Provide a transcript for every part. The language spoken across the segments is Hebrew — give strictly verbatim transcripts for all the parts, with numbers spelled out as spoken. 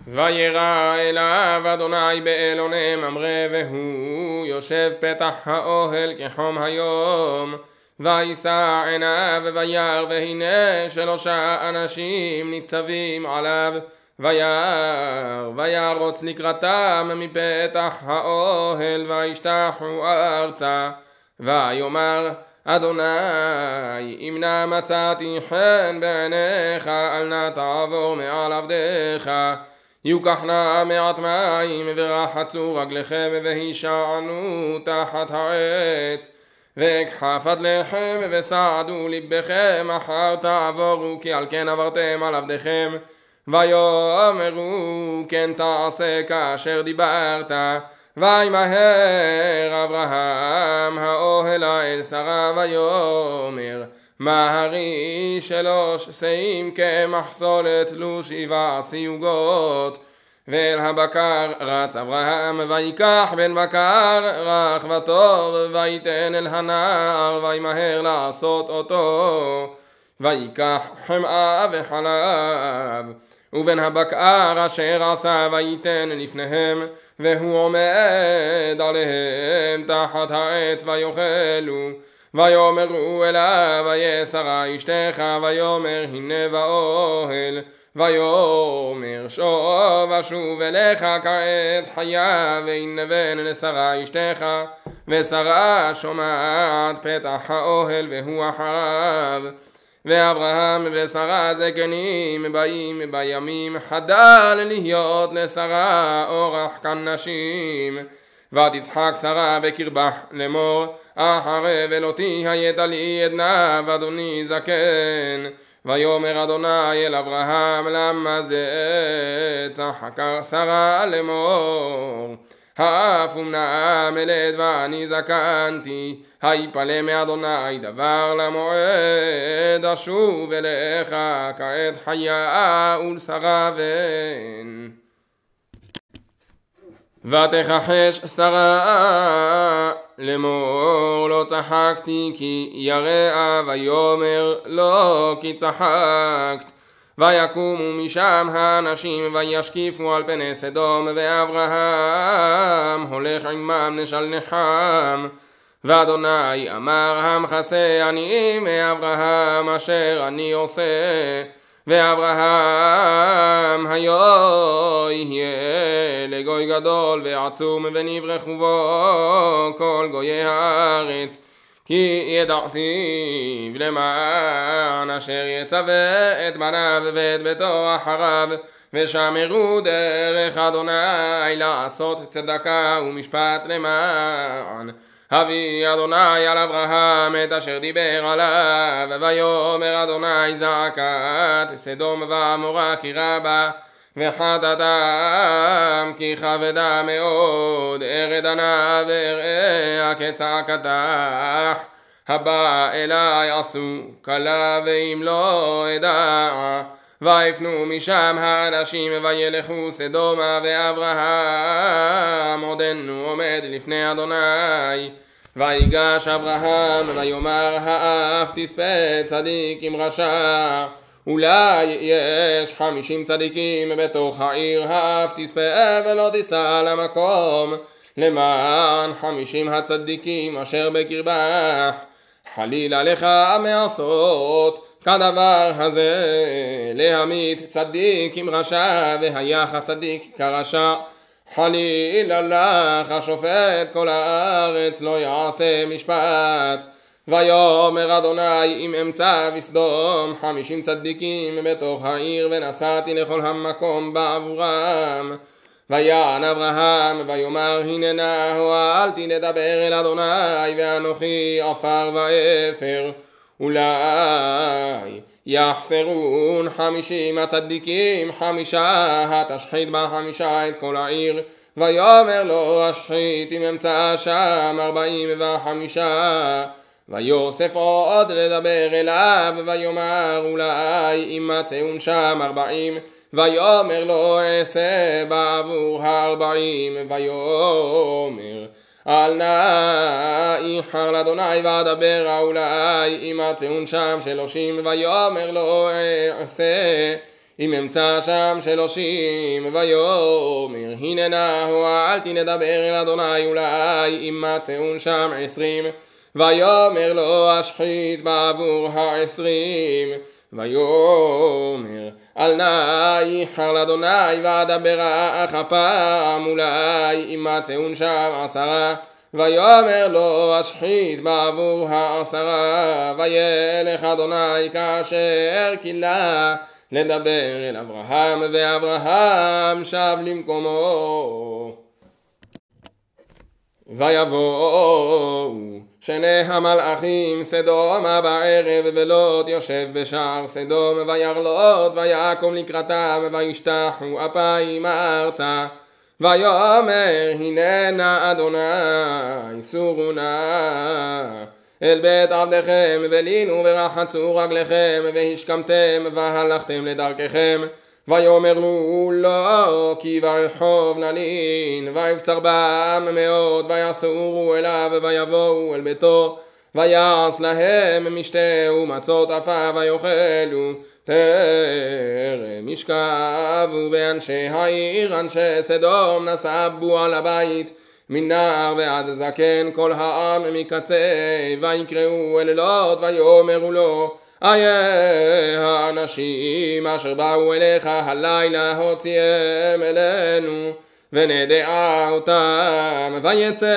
וירא אליו אדוני באלוני ממרא והוא יושב פתח האוהל כחום היום. וישא עיניו וירא והנה שלושה אנשים ניצבים עליו. וירא וירוץ לקראתם מפתח האוהל וישתחו ארצה. ויאמר אדוני אם נא מצאתי חן בעיניך אל נא תעבור מעל עבדיך. יוקח נא מעט מים ורחצו רגליכם והישענו תחת העץ. ואכחפת לכם וסעדו לבכם אחר תעבורו כי על כן עברתם על עבדיכם. ויאמרו כן תעשה כאשר דיברת. וימהר אברהם האוהלה אל שרה ויאמר מהרי שלוש שאים כמחסולת לו שבע סיוגות. ואל הבקר רץ אברהם ויקח בן בקר רך וטוב ויתן אל הנער וימהר לעשות אותו. ויקח חמאה וחלב ובן הבקר אשר עשה ויתן לפניהם והוא עומד עליהם תחת העץ ויאכלו. ויאמרו אליו איה שרה אשתך ויאמר הנה באוהל. ויאמר שוב אשוב אליך כעת חיה והנה בן לשרה אשתך. ושרה שומעת פתח האוהל והוא אחריו. ואברהם ושרה זקנים באים בימים חדל להיות לשרה אורח כנשים. ותצחק שרה בקרבה לאמור אחרי ולותי היית לי עדנה ואדוני זקן. ויאמר אדוני אל אברהם למה זה צחקה שרה לאמור האף אמנה מלד ואני זקנתי. היפלא מאדוני דבר למועד אשוב אליך כעת חיה ולשרה בן. ותכחש שרה לאמור לא צחקתי כי יראה ויאמר לא כי צחקת. ויקומו משם האנשים וישקיפו על פני סדום ואברהם הולך עמם נשל נחם. ואדוני אמר המחסה אני מאברהם אשר אני עושה. ואברהם היו יהיה לגוי גדול ועצום ונברכו בו כל גויי הארץ. כי ידעתי למען אשר יצווה את בניו ואת ביתו אחריו ושמרו דרך אדוני לעשות צדקה ומשפט למען. הביא אדוני על אברהם את אשר דיבר עליו. ויאמר אדוני זעקת סדום ועמורה כי רבה וחטאתם כי כבדה מאוד. ארד ענה ואראה כצעקתך הבא אלי עשו כלה ואם לא אדע. ויפנו משם האנשים וילכו סדומה ואברהם עודנו עומד לפני אדוני. ויגש אברהם ויאמר האף תספה צדיק עם רשע. אולי יש חמישים צדיקים בתוך העיר האף תספה ולא תיסע למקום למען חמישים הצדיקים אשר בקרבך. חלילה לך מעשות כדבר הזה להמית צדיק עם רשע והיך הצדיק כרשע. חלילה לך השופט כל הארץ לא יעשה משפט. ויאמר אדוני אם אמצא בסדום חמישים צדיקים בתוך העיר ונסעתי לכל המקום בעבורם. ויען אברהם ויאמר הננה הואלתי לדבר אל אדוני ואנוכי עפר ואפר. אולי יחסרון חמישים הצדיקים חמישה התשחית בחמישה את כל העיר. ויאמר לו אשחית אם אמצא שם ארבעים וחמישה. ויוסף עוד לדבר אליו ויאמר אולי אם מצאון שם ארבעים. ויאמר לו אעשה בעבור הארבעים. ויאמר אל נא איחר לאדוני ואדבר אולי אם מצאון שם שלושים. ויאמר לו אעשה אם אמצא שם שלושים ויאמר הננה הועלתי לדבר אל אדוני אולי אם מצאון שם עשרים ויאמר לו אשחית בעבור העשרים ויאמר אל נא איחר לאדוני ואדבר אך הפעם אולי אם מצאון שם עשרה ויאמר לו אשחית בעבור העשרה וילך אדוני כאשר כילה לדבר אל אברהם ואברהם שב למקומו ויבואו שני המלאכים סדומה בערב ולוט יושב בשער סדום וירלוט ויקום לקראתם וישתחו אפיים ארצה ויאמר הננה אדוני סורו נא אל בית עבדכם ולינו ורחצו רגליכם והשכמתם והלכתם לדרככם ויאמר לו לא כי ברחוב נלין ויבצר בם מאוד ויסורו אליו ויבואו אל ביתו ויעש להם משתה ומצות עפה ויאכלו טרם ישכבו באנשי העיר אנשי סדום נסבו על הבית מנער ועד זקן כל העם מקצה ויקראו אל לוט ויאמרו לו איה האנשים אשר באו אליך הלילה הוציאם אלינו ונדעה אותם ויצא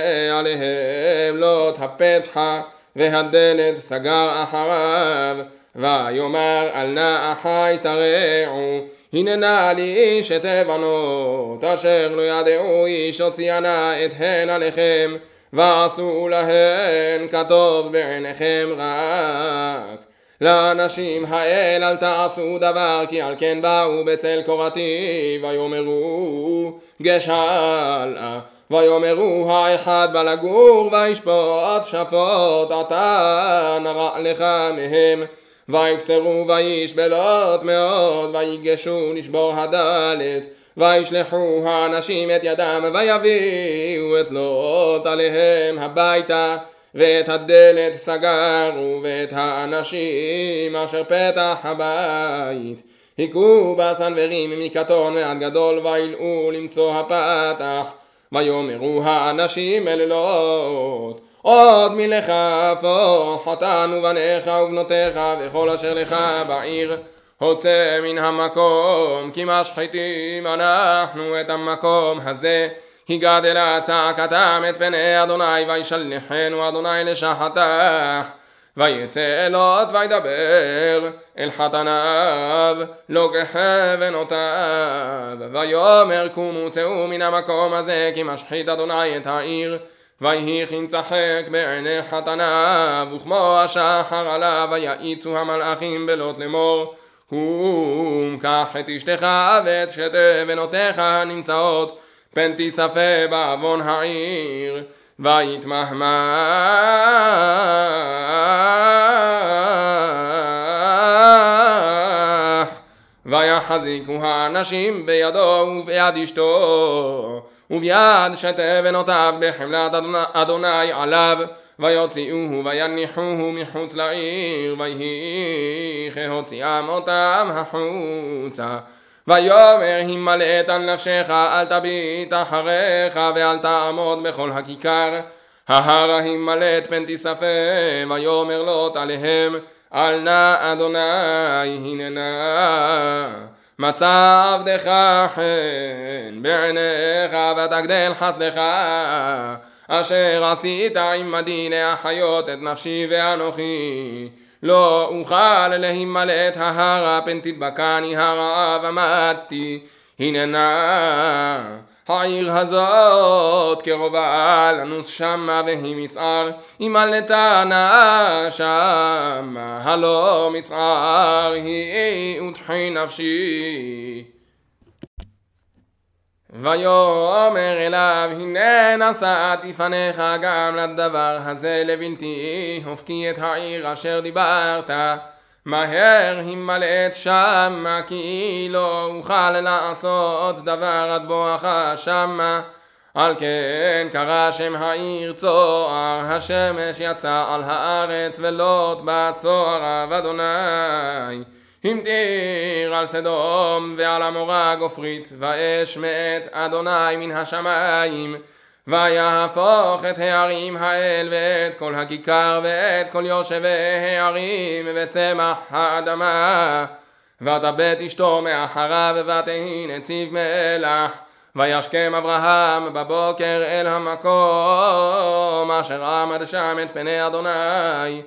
עליהם לוט הפתחה והדלת סגר אחריו ויאמר אל נא אחי תרעו הננה לי איש את בנות אשר לא ידעו איש הוציאנה את הן עליכם ועשו להן כטוב בעיניכם רק לאנשים האל אל תעשו דבר כי על כן באו בצל קורתי ויאמרו גש הלאה ויאמרו האחד בא לגור וישפוט שפוט אתה נרע לך מהם ויפצרו וישבלות מאוד ויגשו לשבור הדלת וישלחו האנשים את ידם ויביאו את לוט עליהם הביתה ואת הדלת סגרו ואת האנשים אשר פתח הבית היכו בסנוורים מקטון ועד גדול וילאו למצוא הפתח ויאמרו האנשים אל לוט עוד מלך הפוך חתן ובניך ובנותיך וכל אשר לך בעיר הוצא מן המקום כי משחיתים אנחנו את המקום הזה הגדלה צעקתם את פני אדוני וישלחנו אדוני לשחתך ויצא לוט וידבר אל חתניו לא כבנותיו ויאמר קומו צאו מן המקום הזה כי משחית אדוני את העיר ויהי צחק בעיני חתניו וכמו השחר עליו ויעיצו המלאכים בלוט לאמור קום קח את אשתך ואת שתי בנותיך הנמצאות פן תיספה בעוון העיר ויתמהמה ויחזיקו האנשים בידו וביד אשתו וביד שתי בנותיו בחמלת אדוני עליו ויוציאוהו ויניחוהו מחוץ לעיר ויהי כהוציאם אותם החוצה ויאמר הימלט על נפשך אל תביט אחריך ואל תעמוד בכל הכיכר ההר הימלט פן תיספה ויאמר לוט עליהם אל נא אדוני הננה מצא עבדך חן בעיניך ותגדל חסדך אשר עשית עמדי להחיות את נפשי ואנוכי לא אוכל להימלט ההרה פן תדבקני הרעב ומתי הננה העיר הזאת קרובה לנוס שמה והיא מצער הימלטה נא שמה הלא מצער היא ותחי נפשי ויאמר אליו הנה נשאתי פניך גם לדבר הזה לבלתי הופקי את העיר אשר דיברת מהר הימלט שמה כי לא אוכל לעשות דבר עד בואך שמה על כן קרא שם העיר צוער השמש יצא על הארץ ולוט בצועריו אדוני המטיר על סדום ועל עמורה גופרית, ואש מאת אדוני מן השמיים, ויהפוך את הערים האל ואת כל הכיכר ואת כל יושבי הערים וצמח האדמה, ותבט אשתו מאחריו ותהי נציב מלח. וישכם אברהם בבוקר אל המקום אשר עמד שם את פני אדוני,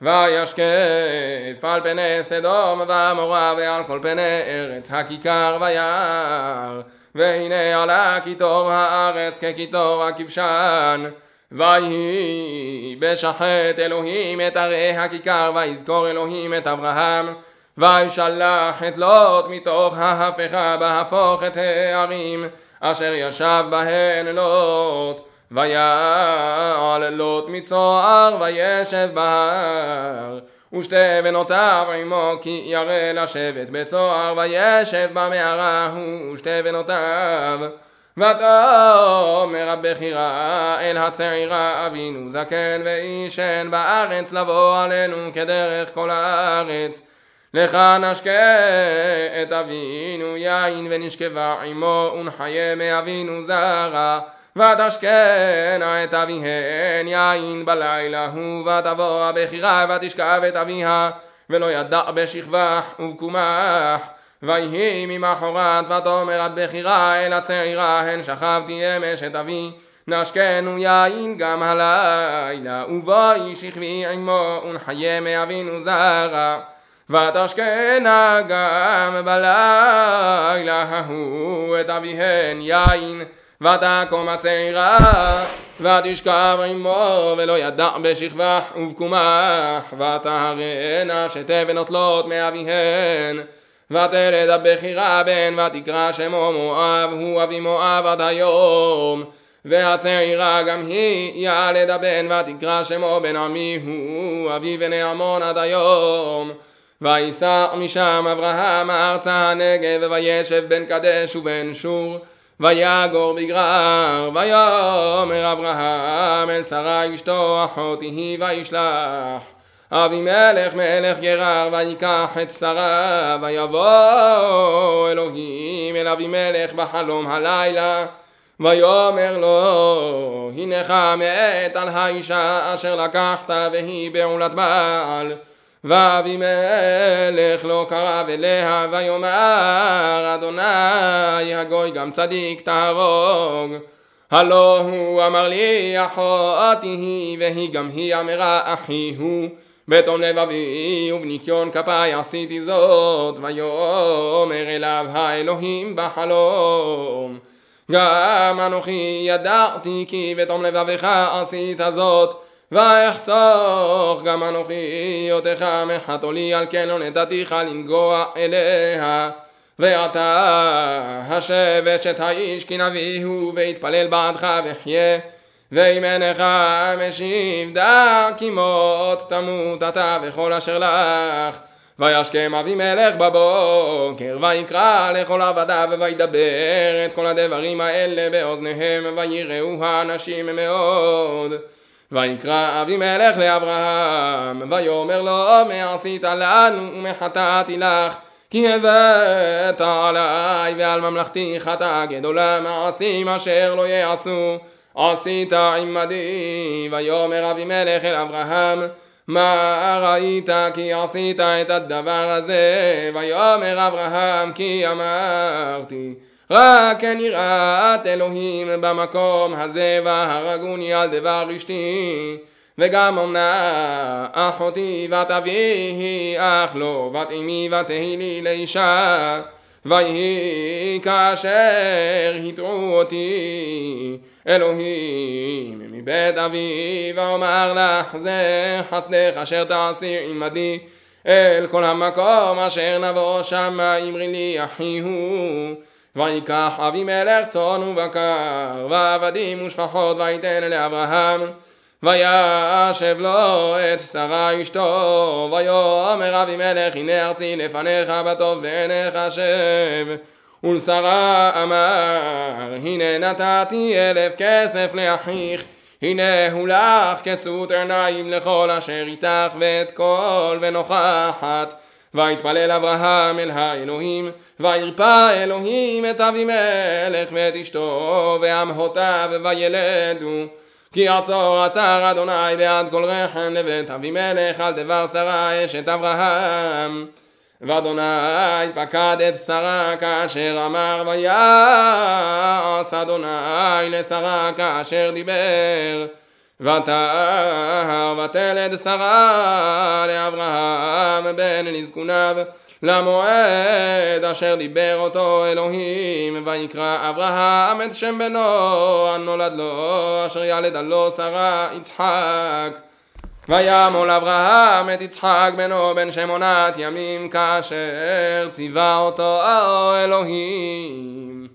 וישקף על פני סדום ועמורה ועל כל פני ארץ הכיכר וירא, והנה עלה קיטור הארץ כקיטור הכבשן. ויהי בשחט אלוהים את ערי הכיכר, ויזכור אלוהים את אברהם, וישלח את לוט מתוך ההפכה בהפוך את הערים אשר ישב בהן לוט. ויעל לוט מצוער וישב בהר, ושתי בנותיו עמו כי ירא לשבת בצוער, וישב במערה הוא ושתי בנותיו. ותאמר הבכירה אל הצעירה אבינו זקן ואישן בארץ לבוא עלינו כדרך כל הארץ, לך נשקה את אבינו יין ונשכבה עמו ונחיה מאבינו זרע, ותשכנה את אביהן יין בלילה הוא. ותבוא הבכירה ותשכב את אביה ולא ידע בשכבח ובקומח. ויהי ממחרת ותאמר הבכירה אל הצעירה הן שכבתי אמש את אבי, נשכנו יין גם הלילה, ובואי שכבי עמו ונחיה מאבינו זרע. ותשכנה גם בלילה ההוא את אביהן יין, ותקום הצעירה ותשכב עמו ולא ידע בשכבח ובקומח. ותהרנה שתי בנות לוט מאביהן, ותלד הבכירה בן ותקרא שמו מואב, הוא אבי מואב עד היום. והצעירה גם היא ילד הבן ותקרא שמו בן עמי, הוא אבי בני עמון עד היום. ויסע משם אברהם ארצה הנגב, וישב בין קדש ובין שור, ויגור בגרר. ויאמר אברהם אל שרה אשתו אחות היא, וישלח אבימלך מלך גרר ויקח את שרה. ויבוא אלוהים אל אבימלך בחלום הלילה, ויאמר לו הנך מת על האישה אשר לקחת והיא בעולת בעל. ואבימלך לא קרב אליה, ויאמר אדוני הגוי גם צדיק תהרוג. הלא הוא אמר לי אחותי היא, והיא גם היא אמרה אחי הוא. בתום לבבי ובניקיון כפיי עשיתי זאת. ויאמר אליו האלוהים בחלום, גם אנוכי ידעתי כי בתום לבבך עשית זאת, ואחסוך גם אנוכי אותך מחתולי, על כן לא נתתיך לנגוע אליה. ואתה השב אשת האיש כי נביא הוא, ויתפלל בעדך וחיה. ואם אינך משיב דע כי מות תמות אתה וכל אשר לך. וישכם אבימלך בבוקר ויקרא לכל עבדיו וידבר את כל הדברים האלה באוזניהם, ויראו האנשים מאוד. ויקרא אבימלך לאברהם ויאמר לו מה עשית לנו ומחטאתי לך, כי הבאת עלי ועל ממלכתי חטאה גדולה, מעשים אשר לא יעשו עשית עמדי. ויאמר אבימלך אל אברהם מה ראית כי עשית את הדבר הזה? ויאמר אברהם כי אמרתי רק נראת אלוהים במקום הזה, והרגוני על דבר אשתי, וגם אמנה אחותי בת אבי אך לא בת אמי ותהי לי לאישה. ויהי כאשר הטעו אותי אלוהים מבית אבי, ואומר לך זה חסדך אשר תעשי עמדי אל כל המקום אשר נבוא שמה, אמרי לי אחי הוא. ויקח אבימלך צאן ובקר ועבדים ושפחות ויתן לאברהם, וישב לו את שרה אשתו. ויאמר אבימלך הנה ארצי לפניך בטוב בעיניך שב. ולשרה אמר הנה נתתי אלף כסף לאחיך, הנה הוא לך כסות עיניים לכל אשר איתך, ואת כל ונוכחת ויתפלל אברהם אל האלוהים, וירפא אלוהים את אבימלך ואת אשתו ואמהותיו וילדו. כי עצור עצר אדוני בעד כל רחם לבית אבימלך על דבר שרה אשת אברהם. ואדוני פקד את שרה כאשר אמר, ויעש אדוני לשרה כאשר דיבר. ותהר ותלד שרה לאברהם בן לזקוניו למועד אשר דיבר אותו אלוהים. ויקרא אברהם את שם בנו הנולד לו אשר ילדה לו שרה יצחק. וימול אברהם את יצחק בנו בן שמונת ימים כאשר ציווה אותו אלוהים.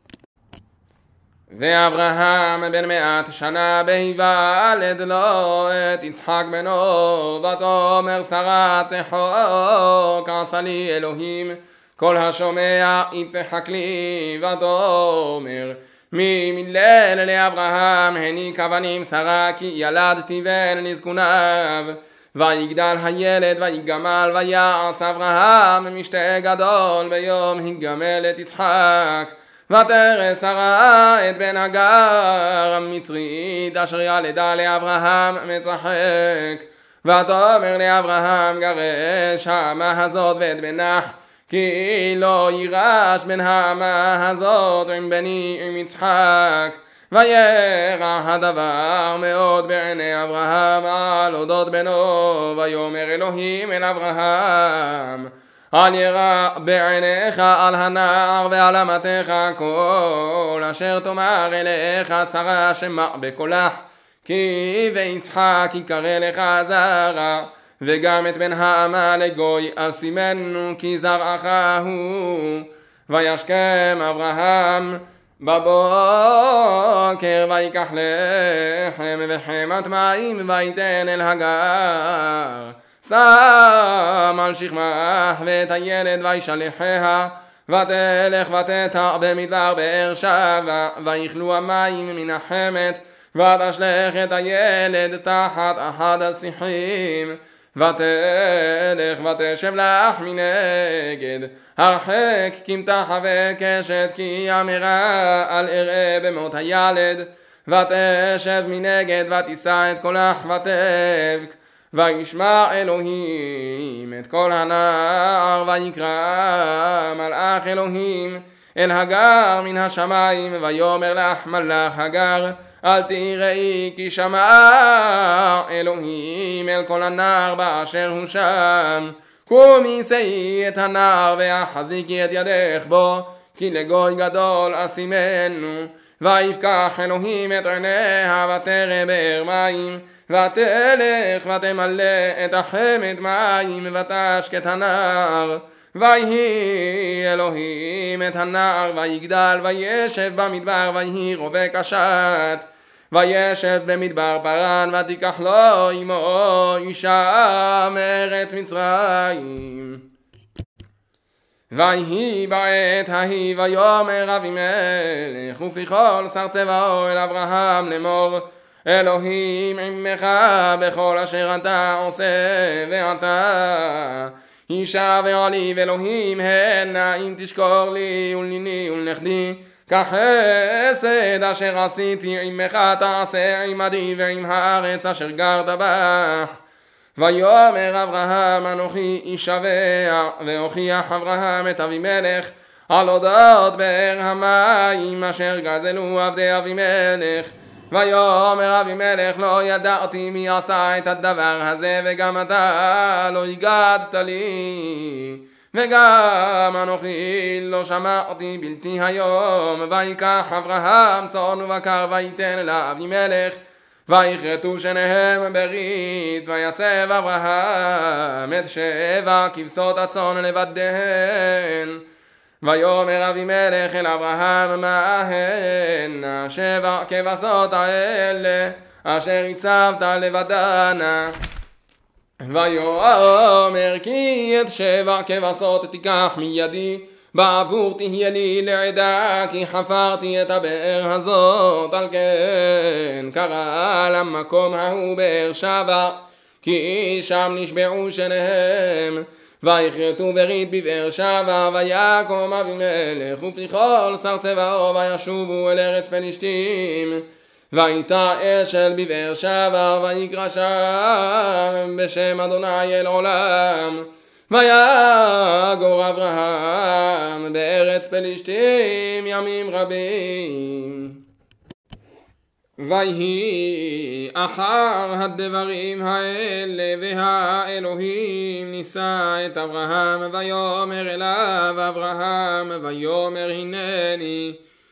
ואברהם בן מאת שנה בהיוולד לו את יצחק בנו. ותאמר שרה צחוק עשה לי אלוהים, כל השומע יצחק לי. ותאמר מי מילל לאברהם הניק אבנים שרה, כי ילדתי בן לזקוניו. ויגדל הילד ויגמל, ויעש אברהם משתה גדול ביום היגמל את יצחק. ותרא שרה את בן הגר המצרית אשר ילדה לאברהם מצחק. ותאמר לאברהם גרש האמה הזאת ואת בנך, כי לא יירש בן האמה הזאת עם בני עם יצחק. וירע הדבר מאוד בעיני אברהם על אודות בנו. ויאמר אלוהים אל אברהם, אל ירע בעיניך על הנער ועל אמתך כל אשר תאמר אליך שרה שמע בקולך, כי ויצחק יקרא לך זרע, וגם את בן האמה לגוי אשימנו כי זרעך הוא. וישכם אברהם בבוקר ויקח לחם וחמת מים ויתן אל הגר, שם על שכמך ואת הילד וישלחיה, ותלך ותטע במדבר באר שבע, ויכלו המים מן החמת, ותשלך את הילד תחת אחד השיחים. ותלך ותשב לך מנגד, הרחק כמתחה וקשת, כי אמרה על אראה במות הילד. ותשב מנגד ותישא את קולך ותבק. וישמע אלוהים את כל הנער, ויקרא מלאך אלוהים אל הגר מן השמיים, ויאמר לך מלאך הגר, אל תיראי כי שמע אלוהים אל כל הנער באשר הוא שם. קומי שאי את הנער והחזיקי את ידך בו, כי לגוי גדול אשימנו. ויפקח אלוהים את עיניה ותרא באר מים, ותלך ותמלא את החמת מים ותשק את הנער. ויהי אלוהים את הנער ויגדל, וישב במדבר ויהי רובה קשת. וישב במדבר פרן, ותיקח לו עמו אישה מארץ מצרים. ויהי בעת ההיא ויאמר אבימלך ופיכל שר צבאו אל אברהם לאמור, אלוהים עמך בכל אשר אתה עושה, ואתה אישה ועלי ואלוהים הנה אם תשקור לי ולניני ולנכדי, כחסד אשר עשיתי עמך תעשה עמדי ועם הארץ אשר גרת בך. ויאמר אברהם אנוכי איש שבע, והוכיח אברהם את אבימלך על אודות באר המים אשר גזלו עבדי אבימלך. ויאמר אבימלך לא ידעתי מי עשה את הדבר הזה, וגם אתה לא הגדת לי, וגם אנוכי לא שמעתי בלתי היום. ויקח אברהם צאן ובקר ויתן לאבימלך, ויכרתו שניהם ברית. ויצב אברהם את שבע כבשות הצאן לבדיהן. ויאמר אבימלך אל אברהם, מה הן שבע כבשות האלה אשר הצבת לבדנה? ויאמר כי את שבע כבשות תיקח מידי, בעבור תהיה לי לעדה, כי חפרתי את הבאר הזאת. על כן קרא למקום ההוא באר שבע, כי שם נשבעו שניהם. ויכרתו ברית בבאר שבע, ויקום אבימלך ופתיחול שר צבאו, וישובו אל ארץ פלישתים. ויטע אשל בבאר שבע, ויקרא שם בשם אדוני אל עולם. ויגור אברהם בארץ פלישתים ימים רבים. ויהי אחר הדברים האלה והאלוהים נישא את אברהם, ויאמר אליו אברהם, ויאמר הנני,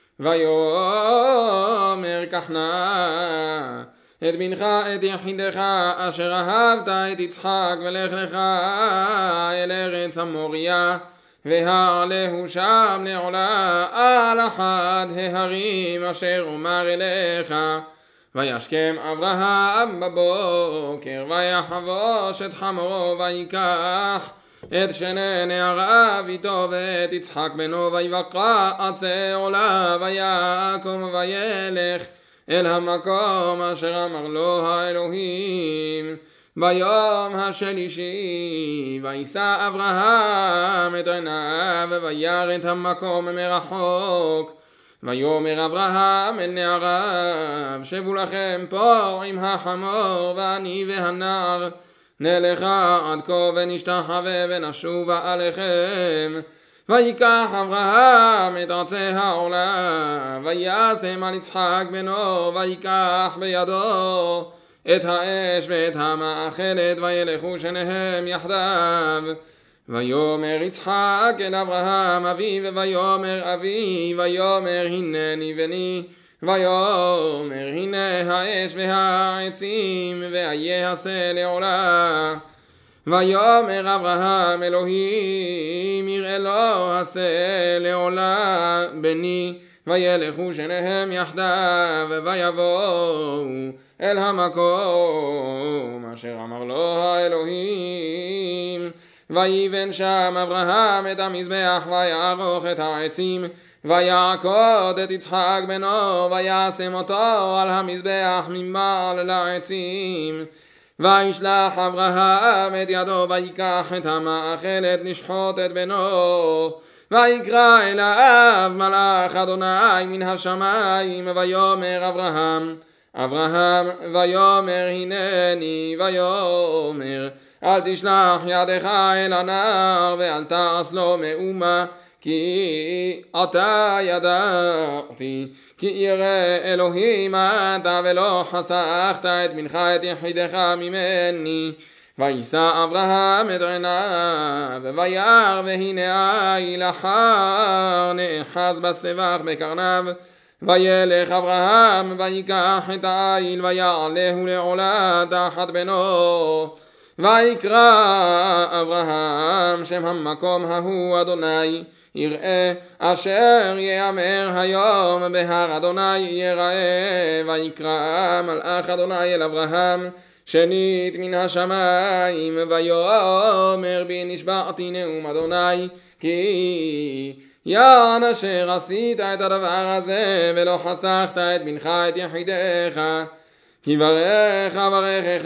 ויאמר קח נא את בנך את יחידך אשר אהבת את יצחק, ולך לך אל ארץ המוריה, והעלהו שם לעולה על אחד ההרים אשר אומר אליך. וישכם אברהם בבוקר, ויחבוש את חמורו, ויקח את שני נעריו איתו ואת יצחק בנו, ויבקע עצי עולה, ויקום וילך אל המקום אשר אמר לו האלוהים. ביום השלישי וישא אברהם את עיניו, וירא את המקום מרחוק. ויאמר אברהם אל נעריו, שבו לכם פה עם החמור, ואני והנער נלכה עד כה ונשתחווה ונשובה עליכם. ויקח אברהם את עצי העולה, וישם על יצחק בנו, ויקח בידו את האש ואת המאכלת, וילכו שניהם יחדיו. ויאמר יצחק אל אברהם אביו, ויאמר אבי, ויאמר הנני בני, ויאמר הנה האש והעצים, ויעשה לעולה. ויאמר אברהם אלוהים יראה לו עשה לעולה בני, וילכו שניהם יחדיו, ויבואו אל המקום אשר אמר לו האלוהים. ויבן שם אברהם את המזבח, ויערוך את העצים, ויעקוד את יצחק בנו, וישם אותו על המזבח ממעל לעצים. וישלח אברהם את ידו, ויקח את המאכלת לשחוט את בנו. ויקרא אליו מלאך אדוני מן השמיים, ויאמר אברהם אברהם, ויאמר הנני, ויאמר אל תשלח ידך אל הנער, ואל תעש לו מאומה, כי אתה ידעתי כי ירא אלוהים אתה, ולא חסכת את בנך את יחידך ממני. וישא אברהם את עיניו, וירא, והנה איל אחר נאחז בסבך בקרניו. וילך אברהם, ויקח את האיל, ויעלהו לעולה תחת בנו. ויקרא אברהם שם המקום ההוא אדוני יראה, אשר יאמר היום בהר אדוני יראה. ויקרא מלאך אדוני אל אברהם שנית מן השמיים, ויאמר בי נשבעתי נאום אדוני, כי יען אשר עשית את הדבר הזה, ולא חסכת את בנך את יחידך, כי ברך ברכך,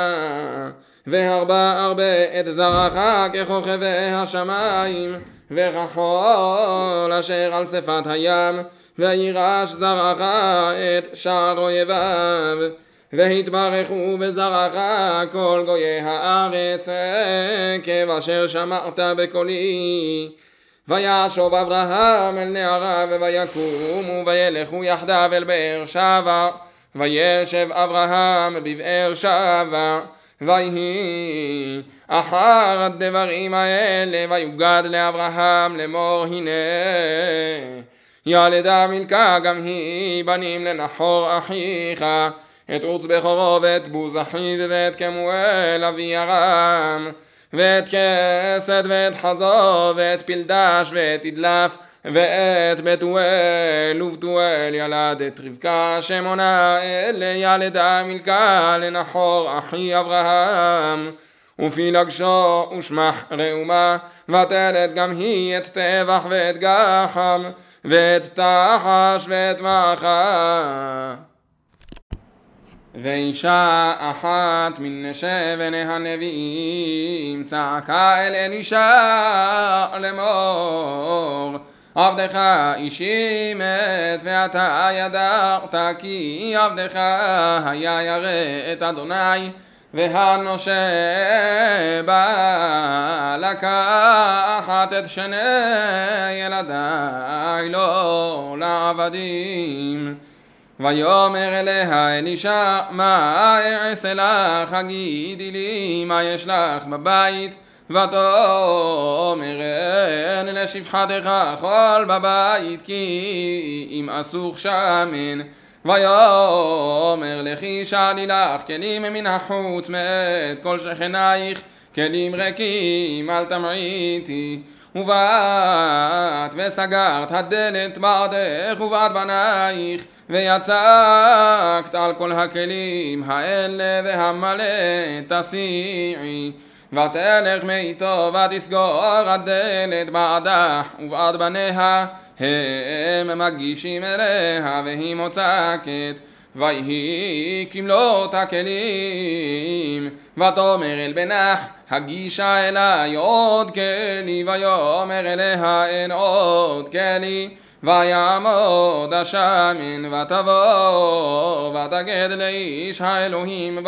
והרבה הרבה את זרעך ככוכבי השמיים, וכחול אשר על שפת הים, וירש זרעך את שער אויביו. והתברכו בזרעך כל גויי הארץ, עקב אשר שמעת בקולי. וישוב אברהם אל נעריו, ויקומו וילכו יחדיו אל באר שבע. וישב אברהם בבאר שבע. ויהי אחר הדברים האלה, ויוגד לאברהם לאמור, הנה ילדה מילכה גם היא בנים לנחור אחיך, את עוץ בכורו ואת בוז אחיו, ואת כמואל אבי ארם, ואת כסד ואת חזו, ואת פלדש ואת תדלף, ואת בתואל, ובתואל ילד את רבקה, שמונה אלה ילדה מילכה לנחור אחי אברהם. ופילגשו ושמח ראומה, ותלת גם היא את טבח ואת גחם, ואת תחש ואת מאחה. ואישה אחת מן שבני הנביאים צעקה אל אלישע לאמור, עבדך אישי מת ואתה ידעת כי עבדך היה ירא את אדוני, והנושה בא לקחת את שני ילדיי לו לעבדים. ויאמר אליה אלישע, מה אעשה לך? הגידי לי מה יש לך בבית. ותאמר אין לשפחתך אכול בבית כי אם אסוך שמן. ויאמר לכי שאלי לך כלים מן החוץ מאת כל שכנייך, כלים ריקים אל תמעיטי. ובאת וסגרת הדלת בעדך ובעד בנייך, ויצקת על כל הכלים האלה והמלא תסיעי. ותלך מאיתו ותסגור הדלת בעדך ובעד בניה, הם מגישים אליה והיא מוצקת. ויהי כמלות הכלים. ותאמר אל בנך, הגישה אלי עוד כלי. ויאמר אליה, אין עוד כלי. ויעמוד השמן ותבוא ותגד לאיש האלוהים.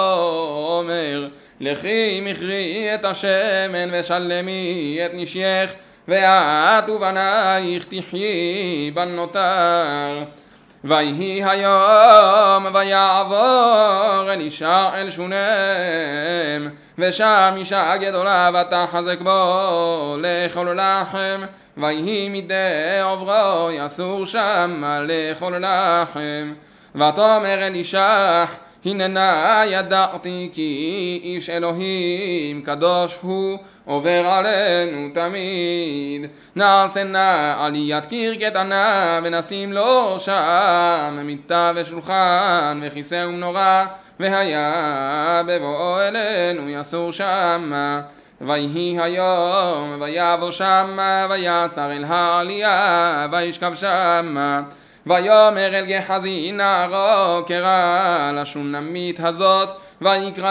ויאמר, לכי מכרי את השמן ושלמי את נשייך, ואת ובנייך תחיי בנותר. ויהי היום ויעבור אלישע אל שונם, ושם אישה גדולה ותחזק בו לאכול לחם. ויהי מדי עוברו יסור שמה לאכול לחם. ותאמר אלישע, הננה ידעתי כי איש אלוהים קדוש הוא, עובר עלינו תמיד. נעשה נא עליית קיר קטנה ונשים לו שם מיטה ושולחן וכיסא ומנורה, והיה בבוא אלינו יסור שמה. ויהי היום ויבוא שמה ויסר אל העלייה וישכב שמה. ויאמר אל גחזי נערו, קרא לשונמית הזאת ויקרא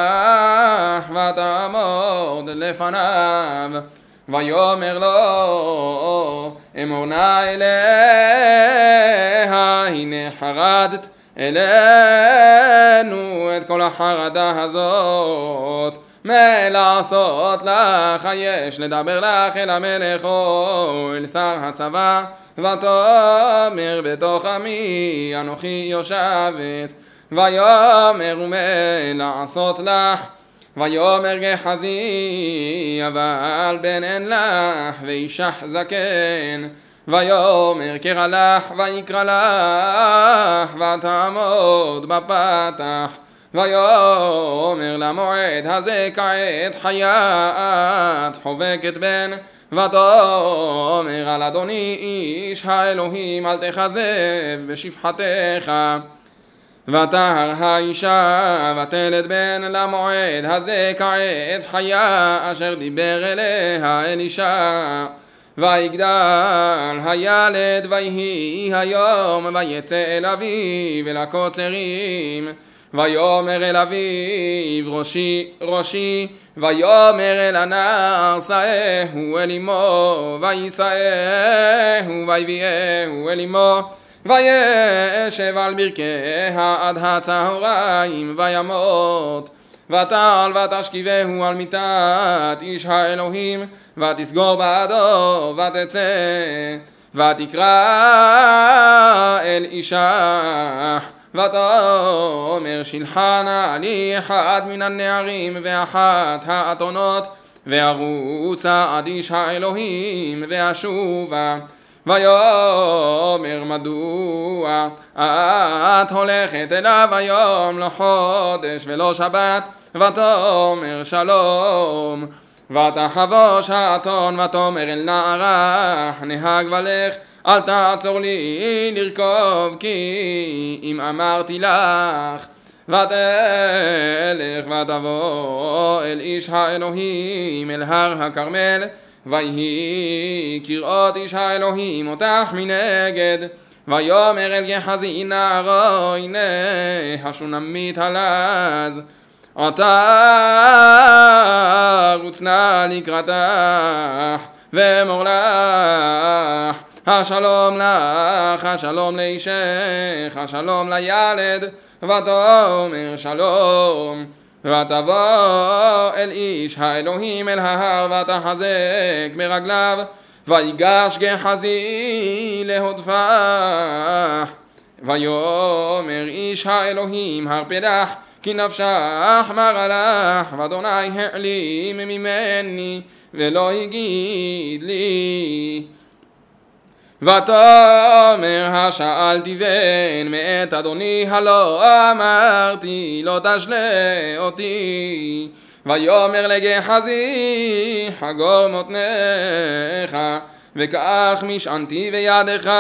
לך ותעמוד לפניו. ויאמר לו, אמור נא אליה, הנה חרדת אלינו את כל החרדה הזאת. מה לעשות לך? יש לדבר לך אל המלך או אל שר הצבא. ותאמר בתוך עמי אנוכי יושבת. ויאמר ומה לעשות לך? ויאמר גחזי, אבל בן אין לך ואישך זקן. ויאמר קרא לך ויקרא לך ותעמוד בפתח. ויאמר למועד הזה כעת חיית חובקת בן. ותאמר על אדוני איש האלוהים אל תכזב בשפחתך. ותהר האישה ותלד בן למועד הזה כעת חיה אשר דיבר אליה אלישע. ויגדל הילד ויהי היום ויצא אל אביו אל הקוצרים. ויאמר אל אביו ראשי ראשי. ויאמר אל הנער שאהו אל אמו. ויישאהו ויביאהו אל אמו. וישב על ברכיה עד הצהריים וימות. ותעל ותשכיבהו על מיטת איש האלוהים ותסגור בעדו ותצא. ותקרא אל אישה ותאמר, שלחה נא לי אחד מן הנערים ואחת האתונות וארוצה עד איש האלוהים ואשובה. ויאמר, מדוע את הולכת אליו היום לא חודש ולא שבת? ותאמר, שלום. ותחבוש האתון ותאמר אל נערה, נהג ולך, אל תעצור לי לרכוב כי אם אמרתי לך. ותלך ותבוא אל איש האלוהים אל הר הכרמל. ויהי כראות איש האלוהים אותך מנגד. ויאמר אל גחזי נערו הנה השונמית הלז אתה רוץ נא לקראתך ואמור לך השלום לך, השלום לאישך, השלום לילד, ותאמר שלום. ותבוא אל איש האלוהים אל ההר ותחזק ברגליו, ויגש גחזי להודפך. ויאמר איש האלוהים הרפדך, כי נפשך מרה לך, ואדוני העלים ממני, ולא הגיד לי. ותאמר השאלתי בן מאת אדוני הלא אמרתי לא תשלה אותי. ויאמר לגחזי חגור מותניך וקח משענתי בידך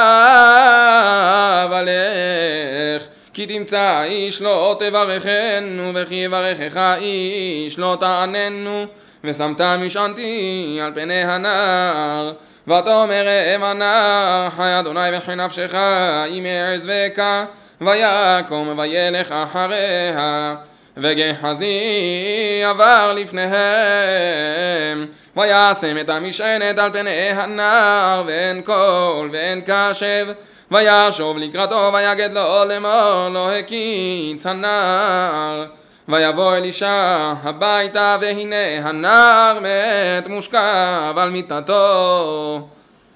ולך, כי תמצא איש לא תברכנו וכי יברכך איש לא תעננו. ושמת משענתי על פני הנהר ותאמר אם הנער חי אדוני וכי נפשך אם אעזבך, ויקום וילך אחריה. וגחזי עבר לפניהם וישם את המשענת על פני הנער, ואין קול ואין קשב. וישוב לקראתו ויגד לו לאמור לא הקיץ הנער. ויבוא אלישע הביתה והנה הנער מת מושכב על מיטתו.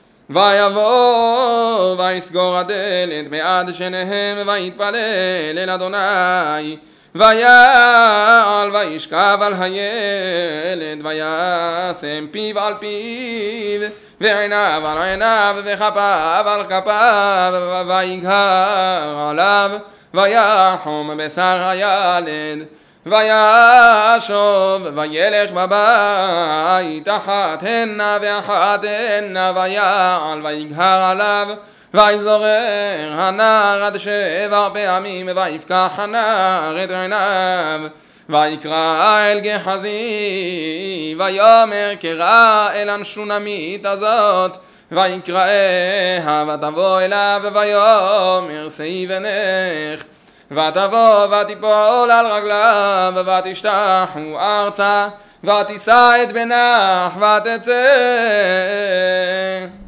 ויבוא ויסגור הדלת בעד שניהם ויתפלל אל אדוני. ויעל וישכב על הילד וישם פיו על פיו ועיניו על עיניו וכפיו על כפיו, ויגהר עליו ויחום בשר הילד. וישוב וילך בבית אחת הנה ואחת הנה, ויעל ויגהר עליו ויזורר הנער עד שבע פעמים, ויפקח הנער את עיניו. ויקרא אל גחזי ויאמר קרא אל השונמית הזאת, ויקראיה ותבוא אליו ויאמר שאי בנך. ותבוא ותיפול על רגליו ותשתחו ארצה ותישא את בנך ותצא.